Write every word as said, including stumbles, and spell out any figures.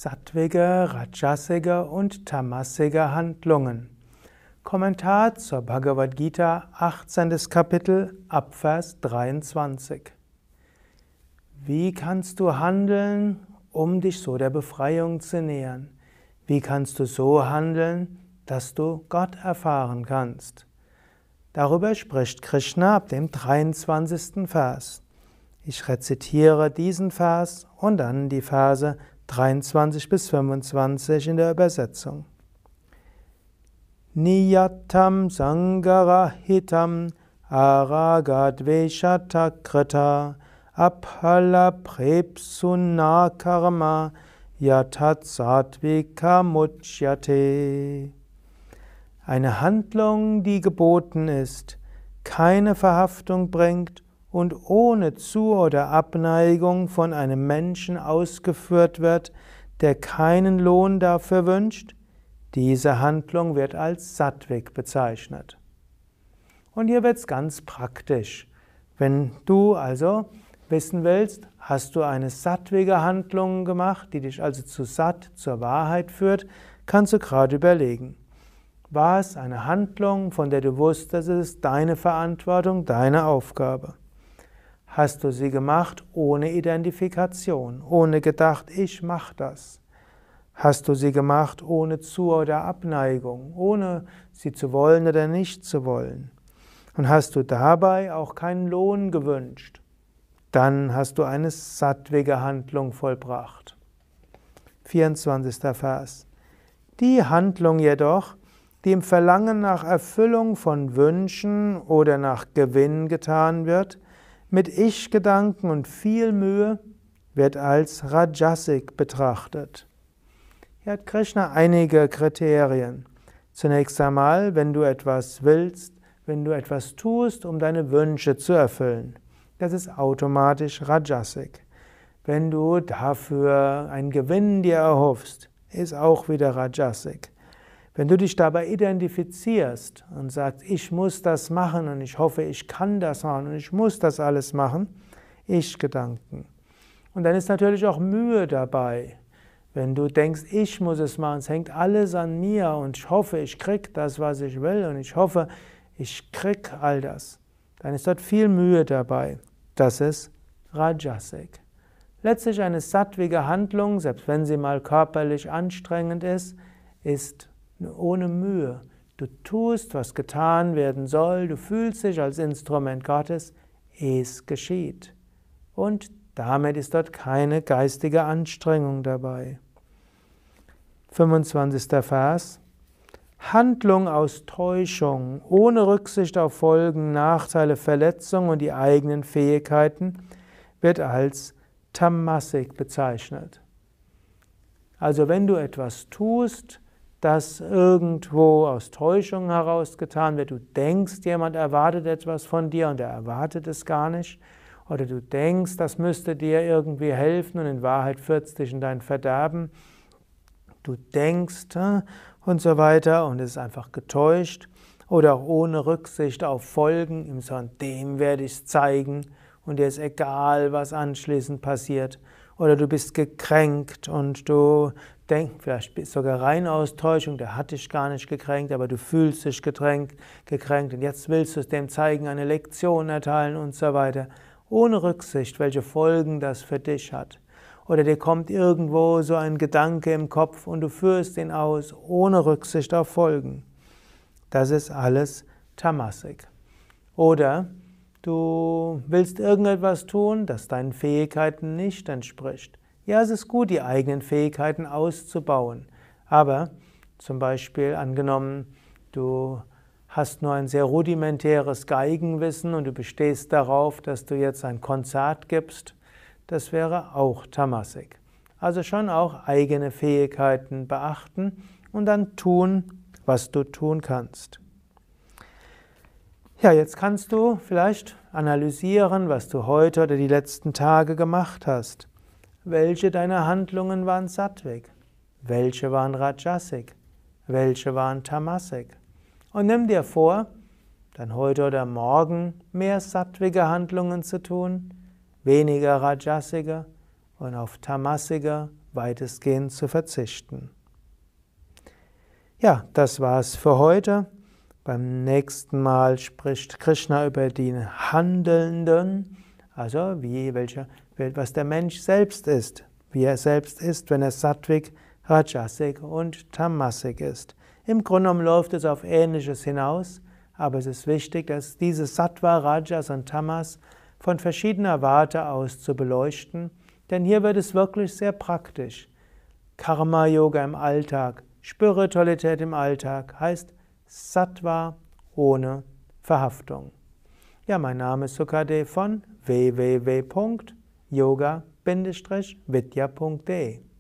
sattwige, rajasige und tamasige Handlungen. Kommentar zur Bhagavad Gita, achtzehntes Kapitel, Abvers dreiundzwanzig. Wie kannst du handeln, um dich so der Befreiung zu nähern? Wie kannst du so handeln, dass du Gott erfahren kannst? Darüber spricht Krishna ab dem dreiundzwanzigsten Vers. Ich rezitiere diesen Vers und dann die Verse dreiundzwanzig bis fünfundzwanzig in der Übersetzung. Niyatam sangarahitam aragadveshatakrita aphala prepsuna karma yatat satvika muchyate. Eine Handlung, die geboten ist, keine Verhaftung bringt und ohne Zu- oder Abneigung von einem Menschen ausgeführt wird, der keinen Lohn dafür wünscht, diese Handlung wird als Sattvik bezeichnet. Und hier wird es ganz praktisch. Wenn du also wissen willst, hast du eine sattvige Handlung gemacht, die dich also zu Sat, zur Wahrheit führt, kannst du gerade überlegen. War es eine Handlung, von der du wusstest, es ist deine Verantwortung, deine Aufgabe? Hast du sie gemacht ohne Identifikation, ohne gedacht, ich mache das? Hast du sie gemacht ohne Zu- oder Abneigung, ohne sie zu wollen oder nicht zu wollen? Und hast du dabei auch keinen Lohn gewünscht? Dann hast du eine sattwige Handlung vollbracht. vierundzwanzigster Vers. Die Handlung jedoch, die im Verlangen nach Erfüllung von Wünschen oder nach Gewinn getan wird, mit Ich-Gedanken und viel Mühe, wird als Rajasik betrachtet. Hier hat Krishna einige Kriterien. Zunächst einmal, wenn du etwas willst, wenn du etwas tust, um deine Wünsche zu erfüllen. Das ist automatisch Rajasik. Wenn du dafür einen Gewinn dir erhoffst, ist auch wieder Rajasik. Wenn du dich dabei identifizierst und sagst, ich muss das machen und ich hoffe, ich kann das machen und ich muss das alles machen, Ich-Gedanken. Und dann ist natürlich auch Mühe dabei. Wenn du denkst, ich muss es machen, es hängt alles an mir und ich hoffe, ich krieg das, was ich will und ich hoffe, ich krieg all das, dann ist dort viel Mühe dabei. Das ist Rajasik. Letztlich eine sattwige Handlung, selbst wenn sie mal körperlich anstrengend ist, ist ohne Mühe. Du tust, was getan werden soll, du fühlst dich als Instrument Gottes, es geschieht. Und damit ist dort keine geistige Anstrengung dabei. fünfundzwanzigster Vers. Handlung aus Täuschung, ohne Rücksicht auf Folgen, Nachteile, Verletzungen und die eigenen Fähigkeiten, wird als Tamasik bezeichnet. Also wenn du etwas tust, das irgendwo aus Täuschung heraus getan wird, du denkst, jemand erwartet etwas von dir und er erwartet es gar nicht, oder du denkst, das müsste dir irgendwie helfen und in Wahrheit führt es dich in dein Verderben, du denkst und so weiter und es ist einfach getäuscht oder auch ohne Rücksicht auf Folgen, im Sinne, dem werde ich es zeigen und dir ist egal, was anschließend passiert. Oder du bist gekränkt und du denkst, vielleicht bist du sogar rein aus Täuschung, der hat dich gar nicht gekränkt, aber du fühlst dich gekränkt, gekränkt und jetzt willst du es dem zeigen, eine Lektion erteilen und so weiter, ohne Rücksicht, welche Folgen das für dich hat. Oder dir kommt irgendwo so ein Gedanke im Kopf und du führst ihn aus, ohne Rücksicht auf Folgen. Das ist alles Tamasik. Oder du willst irgendetwas tun, das deinen Fähigkeiten nicht entspricht. Ja, es ist gut, die eigenen Fähigkeiten auszubauen. Aber zum Beispiel angenommen, du hast nur ein sehr rudimentäres Geigenwissen und du bestehst darauf, dass du jetzt ein Konzert gibst, das wäre auch Tamasik. Also schon auch eigene Fähigkeiten beachten und dann tun, was du tun kannst. Ja, jetzt kannst du vielleicht analysieren, was du heute oder die letzten Tage gemacht hast. Welche deiner Handlungen waren Sattvik? Welche waren Rajasik? Welche waren Tamasik? Und nimm dir vor, dann heute oder morgen mehr sattvige Handlungen zu tun, weniger rajasige und auf tamasige, weitestgehend zu verzichten. Ja, das war's für heute. Beim nächsten Mal spricht Krishna über die Handelnden, also wie, welche, was der Mensch selbst ist, wie er selbst ist, wenn er Sattvik, Rajasik und Tamasik ist. Im Grunde genommen läuft es auf Ähnliches hinaus, aber es ist wichtig, dass diese Sattva, Rajas und Tamas von verschiedener Warte aus zu beleuchten, denn hier wird es wirklich sehr praktisch. Karma-Yoga im Alltag, Spiritualität im Alltag heißt Sattva ohne Verhaftung. Ja, mein Name ist Sukadev von w w w punkt yoga Bindestrich vidya punkt de